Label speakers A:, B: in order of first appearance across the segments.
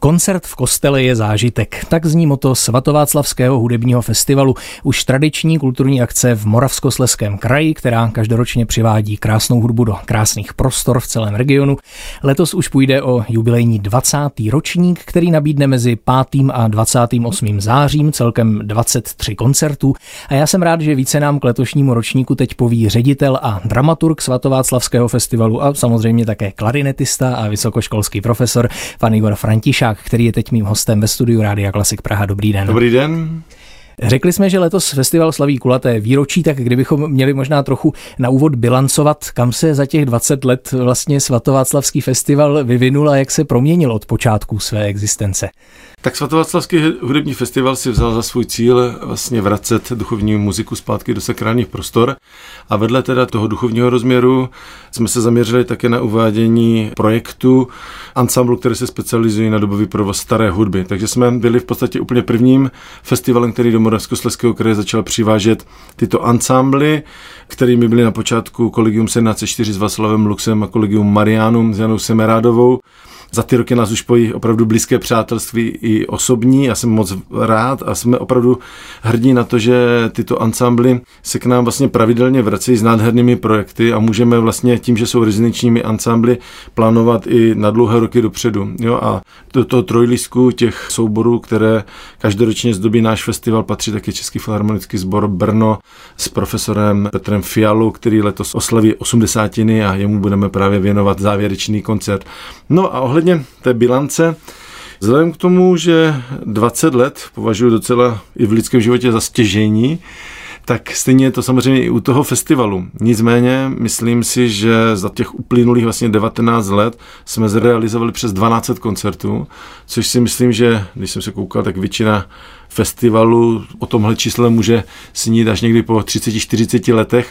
A: Koncert v kostele je zážitek. Tak zní motto Svatováclavského hudebního festivalu, už tradiční kulturní akce v Moravskoslezském kraji, která každoročně přivádí krásnou hudbu do krásných prostor v celém regionu. Letos už půjde o jubilejní 20. ročník, který nabídne mezi 5. a 28. zářím celkem 23 koncertů. A já jsem rád, že více nám k letošnímu ročníku teď poví ředitel a dramaturg Svatováclavského festivalu a samozřejmě také klarinetista a vysokoškolský profesor pan Igor Františák, který je teď mým hostem ve studiu Rádia Klasik Praha. Dobrý den.
B: Dobrý den.
A: Řekli jsme, že letos festival slaví kulaté výročí, tak kdybychom měli možná trochu na úvod bilancovat, kam se za těch 20 let vlastně Svatováclavský festival vyvinul a jak se proměnil od počátku své existence.
B: Tak Svatováclavský hudební festival si vzal za svůj cíl vlastně vracet duchovní muziku zpátky do sakrálních prostor a vedle teda toho duchovního rozměru jsme se zaměřili také na uvádění projektu ansamblu, které se specializují na dobový provoz staré hudby. Takže jsme byli v podstatě úplně prvním festivalem, který do Moravskoslezského kraje začal přivážet tyto ansambly, kterými byly na počátku Collegium 1704 s Václavem Luxem a Collegium Marianum s Janou Semerádovou. Za ty roky nás už pojí opravdu blízké přátelství i osobní. Já jsem moc rád a jsme opravdu hrdí na to, že tyto ansambly se k nám vlastně pravidelně vracejí s nádhernými projekty a můžeme vlastně tím, že jsou rezidenčními ansambly, plánovat i na dlouhé roky dopředu. Jo? A do toho trojlístku těch souborů, které každoročně zdobí náš festival, patří také Český filharmonický sbor Brno s profesorem Petrem Fialou, který letos oslaví 80. a jemu budeme právě věnovat závěrečný koncert. No a ohledně té bilance, vzhledem k tomu, že 20 let považuji docela i v lidském životě za stěžejní, tak stejně je to samozřejmě i u toho festivalu. Nicméně myslím si, že za těch uplynulých vlastně 19 let jsme zrealizovali přes 12 koncertů, což si myslím, že když jsem se koukal, tak většina festivalu o tomhle čísle může snít až někdy po 30-40 letech,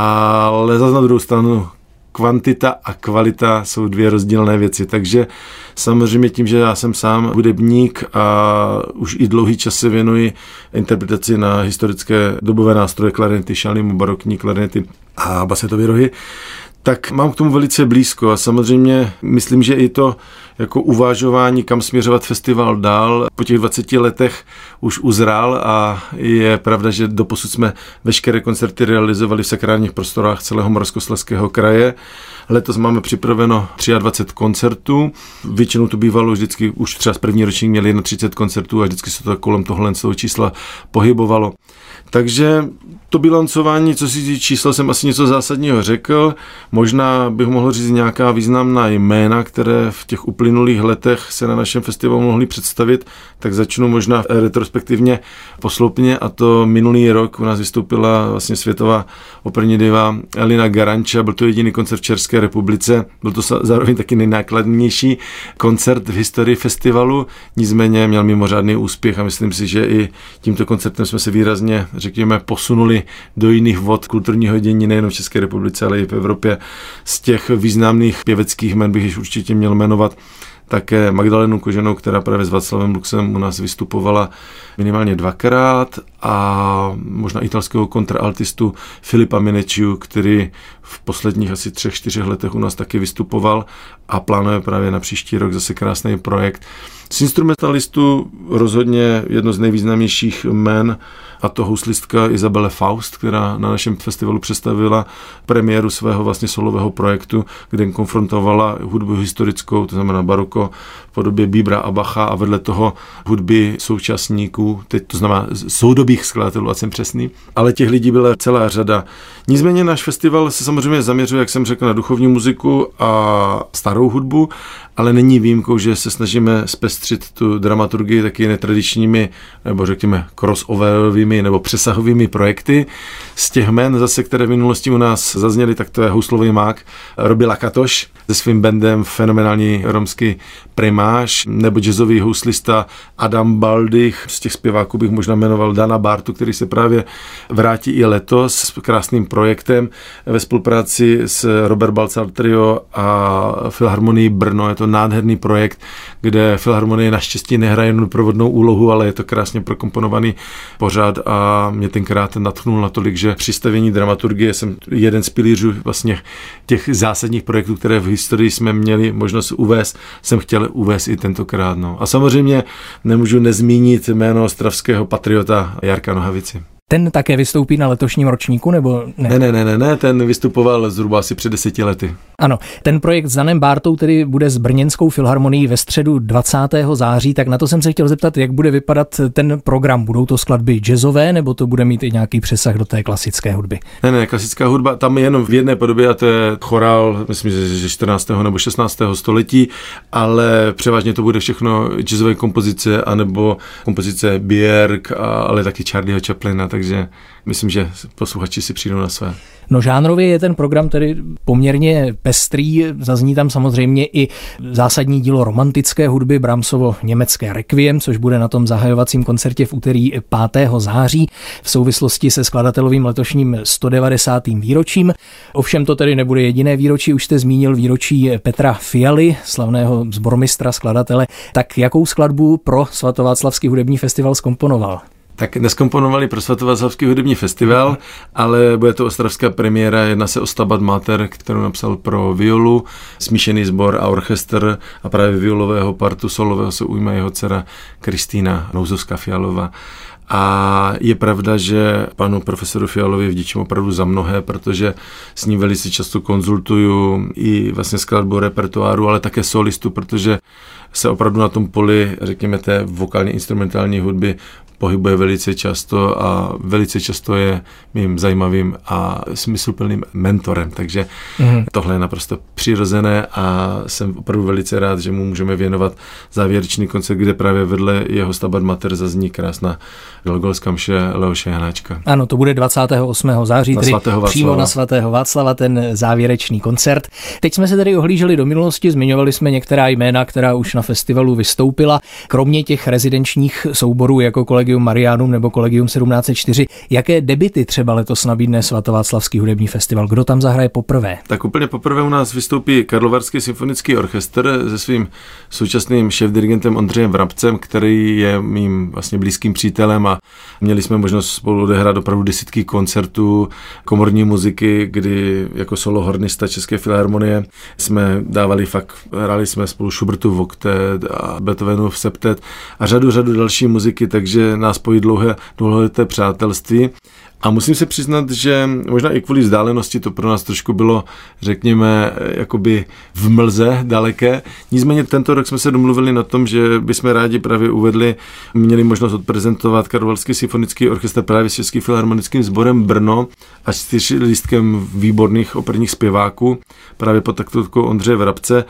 B: ale zase na druhou stranu kvantita a kvalita jsou dvě rozdílné věci, takže samozřejmě tím, že já jsem sám hudebník a už i dlouhý čas se věnuji interpretaci na historické dobové nástroje klarinety, šalímu, barokní klarinety a basetové rohy, tak mám k tomu velice blízko a samozřejmě myslím, že i to jako uvažování, kam směřovat festival dál, po těch 20 letech už uzrál a je pravda, že doposud jsme veškeré koncerty realizovali v sakrálních prostorách celého Moravskoslezského kraje. Letos máme připraveno 23 koncertů, většinou to bývalo vždycky, už třeba z první ročník měli 31 koncertů a vždycky se to kolem tohle čísla pohybovalo. Takže to bilancování, co si čísla, jsem asi něco zásadního řekl. Možná bych mohl říct nějaká významná jména, které v těch uplynulých letech se na našem festivalu mohli představit, tak začnu možná retrospektivně posloupně a to minulý rok u nás vystoupila vlastně světová operní diva Elina Garanča, byl to jediný koncert v České republice, byl to zároveň taky nejnákladnější koncert v historii festivalu, nicméně měl mimořádný úspěch a myslím si, že i tímto koncertem jsme se výrazně, řekněme, posunuli do jiných vod kulturního dění nejen v České republice, ale i v Evropě. Z těch významných pěveckých jmen bych určitě měl jmenovat také Magdalenu Koženou, která právě s Václavem Luxem u nás vystupovala minimálně 2krát a možná italského kontraaltistu Filipa Minecciu, který v posledních asi 3-4 letech u nás taky vystupoval a plánuje právě na příští rok zase krásný projekt. Z instrumentalistů rozhodně jedno z nejvýznamnějších jmen a to houslistka Isabelle Faust, která na našem festivalu představila premiéru svého vlastně solového projektu, kde konfrontovala hudbu historickou, to znamená baroko v podobě Bíbra a Bacha a vedle toho hudby současníků, teď to znamená soudobých skladatelů, a jsem přesný, ale těch lidí byla celá řada. Nicméně náš festival se samozřejmě zaměřuje, jak jsem řekl, na duchovní muziku a starou hudbu, ale není výjimkou, že se snažíme zpestřit tu dramaturgii taky netradičními, nebo řekněme crossoverovými nebo přesahovými projekty. Z těch jmen zase, které v minulosti u nás zazněly, tak to je houslový mák Robi Lakatoš se svým bandem fenomenální romský Primáš, nebo jazzový houslista Adam Baldych. Z těch zpěváků bych možná jmenoval Dana Bartu, který se právě vrátí i letos s krásným projektem ve spolupráci s Robert Balcar Trio a Filharmonií Brno. Je to nádherný projekt, kde Filharmonie filharmonie naštěstí nehraje doprovodnou úlohu, ale je to krásně prokomponovaný pořad a mě tenkrát nadchnul natolik, že při stavění dramaturgie jsem jeden z pilířů vlastně těch zásadních projektů, které v historii jsme měli možnost uvést, jsem chtěl uvést i tentokrát. No. A samozřejmě nemůžu nezmínit jméno ostravského patriota Jarka Nohavici.
A: Ten také vystoupí na letošním ročníku, nebo ne?
B: Ne, ten vystupoval zhruba asi před 10 lety.
A: Ano, ten projekt s Janem Bártou tedy bude s Brněnskou filharmonií ve středu 20. září, tak na to jsem se chtěl zeptat, jak bude vypadat ten program. Budou to skladby jazzové, nebo to bude mít i nějaký přesah do té klasické hudby?
B: Ne, klasická hudba, tam je jenom v jedné podobě a to je chorál, myslím, že 14. nebo 16. století, ale převážně to bude všechno jazzové kompozice, anebo kompozice Björk, ale taky Charlieho Chaplina, takže myslím, že posluchači si přijdou na své.
A: No žánrově je ten program tedy poměrně pestrý, zazní tam samozřejmě i zásadní dílo romantické hudby Brahmsovo německé Requiem, což bude na tom zahajovacím koncertě v úterý 5. září v souvislosti se skladatelovým letošním 190. výročím. Ovšem to tedy nebude jediné výročí, už jste zmínil výročí Petra Fialy, slavného sbormistra, skladatele. Tak jakou skladbu pro Svatováclavský hudební festival zkomponoval?
B: Tak neskomponovali pro Svatováclavský hudební festival, ale bude to ostravská premiéra, jedná se o Stabat Mater, kterou napsal pro violu, smíšený sbor a orchestr a právě violového partu solového se ujme jeho dcera Kristýna Nouzovská-Fialová. A je pravda, že panu profesoru Fialovi vděčím opravdu za mnohé, protože s ním velice často konzultuju i vlastně skladbu repertoáru, ale také solistu, protože se opravdu na tom poli, řekněme, té vokálně instrumentální hudby pohybuje velice často a velice často je mým zajímavým a smysluplným mentorem, takže tohle je naprosto přirozené a jsem opravdu velice rád, že mu můžeme věnovat závěrečný koncert, kde právě vedle jeho Stabat Mater zazní krásná glagolská mše Leoše Janáčka.
A: Ano, to bude 28. září, tedy přímo na svatého Václava, ten závěrečný koncert. Teď jsme se tady ohlíželi do minulosti, zmiňovali jsme některá jména, která už na festivalu vystoupila. Kromě těch rezidenčních souborů jako Collegium Marianum nebo Collegium 1704, jaké debuty třeba letos nabídne Svatováclavský hudební festival? Kdo tam zahraje poprvé?
B: Tak úplně poprvé u nás vystoupí Karlovarský symfonický orchestr se svým současným šéfdirigentem Ondřejem Vrabcem, který je mým vlastně blízkým přítelem a měli jsme možnost spolu odehrát opravdu desítky koncertů komorní muziky, kdy jako solo hornista České filharmonie jsme dávali hráli jsme spolu Schubertův oktet a Beethovenův septet a řadu další muziky, takže nás spojí dlouholeté přátelství. A musím se přiznat, že možná i kvůli vzdálenosti to pro nás trošku bylo, řekněme, jakoby v mlze daleké. Nicméně tento rok jsme se domluvili na tom, že bychom rádi právě měli možnost odprezentovat Karlovarský symfonický orchestr právě s Českým filharmonickým sborem Brno a s 4lístkem výborných operních zpěváků právě pod taktovkou Ondřeje Vrabce.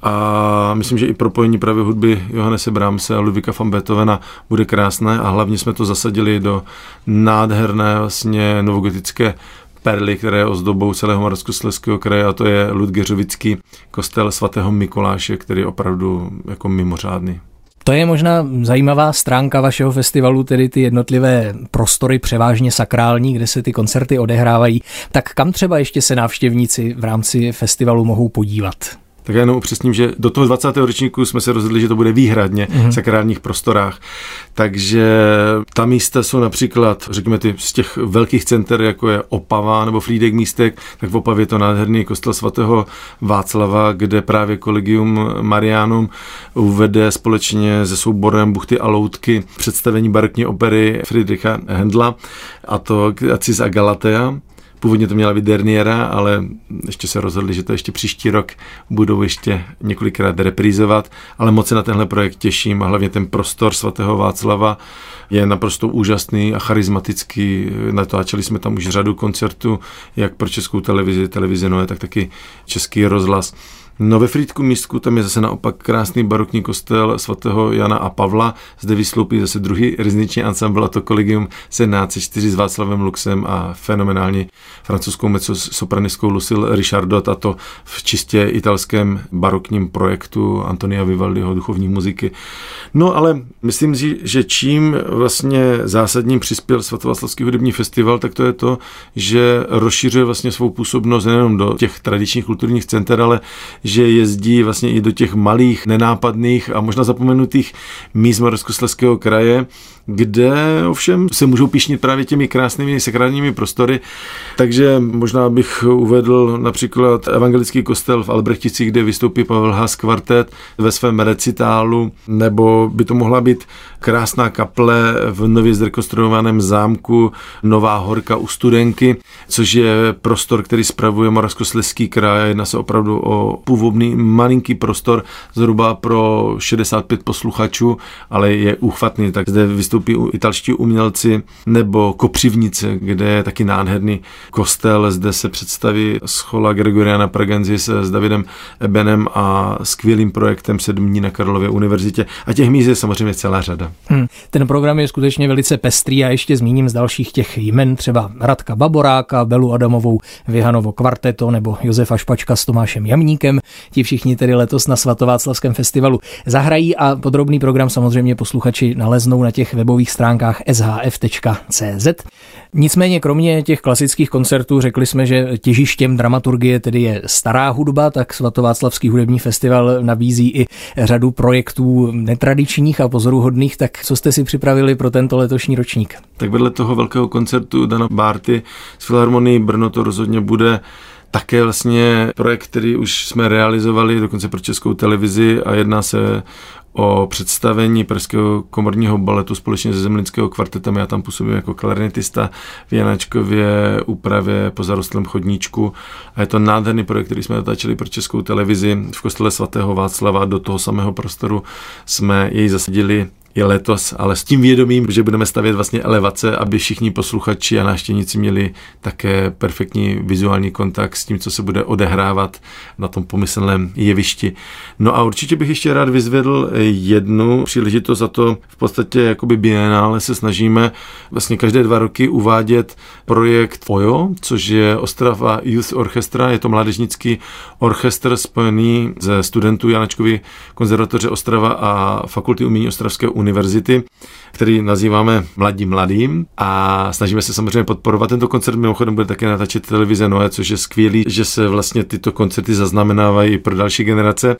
B: A myslím, že i propojení právě hudby Johannese Brahmse a Ludvíka van Beethovena bude krásné a hlavně jsme to zasadili do nádherné vlastně novogotické perly, které je ozdobou celého Moravskoslezského kraje a to je Ludgeřovický kostel svatého Mikuláše, který je opravdu jako mimořádný.
A: To je možná zajímavá stránka vašeho festivalu, tedy ty jednotlivé prostory převážně sakrální, kde se ty koncerty odehrávají. Tak kam třeba ještě se návštěvníci v rámci festivalu mohou podívat?
B: Tak já jenom upřesním, že do toho 20. ročníku jsme se rozhodli, že to bude výhradně v sakrálních prostorách. Takže ta místa jsou například, řekněme, z těch velkých center, jako je Opava nebo Frýdek Místek, tak v Opavě je to nádherný kostel svatého Václava, kde právě Collegium Marianum uvede společně se souborem Buchty a Loutky představení barokní opery Friedricha Händla, a to Acis a Galatea. Původně to měla být Derniera, ale ještě se rozhodli, že to ještě příští rok budou ještě několikrát reprízovat, ale moc se na tenhle projekt těším a hlavně ten prostor svatého Václava je naprosto úžasný a charismatický. Natáčeli jsme tam už řadu koncertů, jak pro Českou televizi Nové, tak taky Český rozhlas. No ve Frýdku Místku tam je zase naopak krásný barokní kostel svatého Jana a Pavla. Zde vystoupí zase druhý rezidenční ansambl, a to Collegium 1704 s Václavem Luxem a fenomenální francouzskou mezzosopranistkou Lucille Richardot, a to v čistě italském barokním projektu Antonia Vivaldiho duchovní muziky. No ale myslím si, že čím vlastně zásadním přispěl Svatováclavský hudební festival, tak to je to, že rozšiřuje vlastně svou působnost nejenom do těch tradičních kulturních center, ale že jezdí vlastně i do těch malých, nenápadných a možná zapomenutých míst Moravskoslezského kraje, kde ovšem se můžou píšnit právě těmi krásnými sakrálními prostory. Takže možná bych uvedl například evangelický kostel v Albrechticích, kde vystoupí Pavel Haas kvartet ve svém recitálu, nebo by to mohla být krásná kaple v nově zrekonstruovaném zámku Nová Horka u Studenky, což je prostor, který spravuje Moravskoslezský kraj. Jedná se opravdu o původný malinký prostor, zhruba pro 65 posluchačů, ale je úchvatný, tak zde vystoupí italští umělci, nebo Kopřivnice, kde je taky nádherný kostel, zde se představí schola Gregoriana Pragensis s Davidem Ebenem a skvělým projektem 7 dní na Karlově univerzitě. A těch míst je samozřejmě celá řada.
A: Ten program je skutečně velice pestrý a ještě zmíním z dalších těch jmen třeba Radka Baboráka, Belu Adamovou, Vihanovo kvarteto nebo Josefa Špačka s Tomášem Jamníkem. Ti všichni tedy letos na Svatováclavském festivalu zahrají a podrobný program samozřejmě posluchači naleznou na těch webových stránkách shf.cz. Nicméně kromě těch klasických koncertů řekli jsme, že těžištěm dramaturgie tedy je stará hudba, tak Svatováclavský hudební festival nabízí i řadu projektů netradičních a pozoruhodných. Tak co jste si připravili pro tento letošní ročník?
B: Tak vedle toho velkého koncertu Dana Bárty z Filharmonii Brno to rozhodně bude také vlastně projekt, který už jsme realizovali dokonce pro Českou televizi a jedná se o představení Pražského komorního baletu společně se Zemlínského kvartetem. Já tam působím jako klarinetista v Janáčkově úpravě po zarostlém chodníčku a je to nádherný projekt, který jsme natáčeli pro Českou televizi v kostele svatého Václava. Do toho samého prostoru jsme jej zasadili i letos, ale s tím vědomím, že budeme stavět vlastně elevace, aby všichni posluchači a návštěvníci měli také perfektní vizuální kontakt s tím, co se bude odehrávat na tom pomyslném jevišti. No a určitě bych ještě rád vyzvedl jednu příležitost, a to v podstatě jakoby bienále se snažíme vlastně každé 2 roky uvádět projekt OJO, což je Ostrava Youth Orchestra, je to mládežnický orchestr spojený ze studentů Janáčkovy konzervatoře Ostrava a Fakulty umění Ostravské univerzity, který nazýváme Mladí mladým a snažíme se samozřejmě podporovat tento koncert. Mimochodem bude také natáčet televize Noe, což je skvělý, že se vlastně tyto koncerty zaznamenávají pro další generace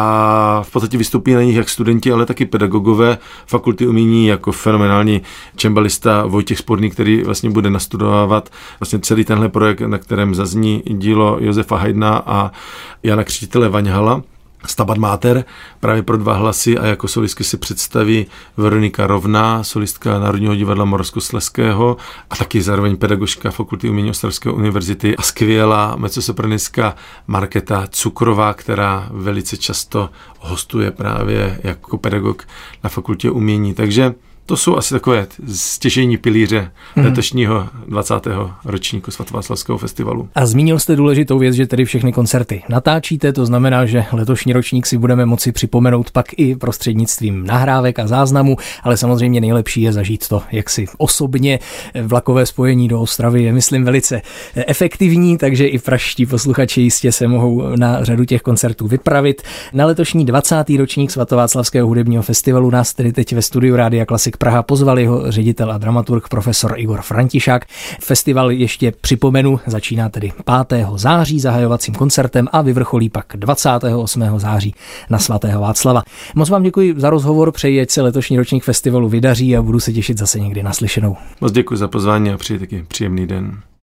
B: a v podstatě vystoupí na nich jak studenti, ale taky pedagogové Fakulty umění, jako fenomenální cembalista Vojtěch Spodný, který vlastně bude nastudovávat vlastně celý tenhle projekt, na kterém zazní dílo Josefa Haydna a Jana Křtitele Vaňhala. Stabat Mater právě pro 2 hlasy a jako solistky si představí Veronika Rovná, solistka Národního divadla Moravskoslezského a taky zároveň pedagožka Fakulty umění Ostravské univerzity a skvělá mezzosopranistka Markéta Cukrová, která velice často hostuje právě jako pedagog na Fakultě umění. Takže to jsou asi takové stěžejní pilíře letošního 20. ročníku Svatováclavského festivalu.
A: A zmínil jste důležitou věc, že tedy všechny koncerty natáčíte, to znamená, že letošní ročník si budeme moci připomenout pak i prostřednictvím nahrávek a záznamů, ale samozřejmě nejlepší je zažít to jaksi osobně. Vlakové spojení do Ostravy je, myslím, velice efektivní, takže i pražští posluchači jistě se mohou na řadu těch koncertů vypravit. Na letošní 20. ročník Svatováclavského hudebního festivalu nás tedy teď ve studiu Rádia Klasik Praha pozval jeho ředitel a dramaturg profesor Igor Františák. Festival ještě připomenu, začíná tedy 5. září zahajovacím koncertem a vyvrcholí pak 28. září na svatého Václava. Moc vám děkuji za rozhovor, přeji, ať se letošní ročník festivalu vydaří a budu se těšit zase někdy naslyšenou.
B: Moc děkuji za pozvání a přeji taky příjemný den.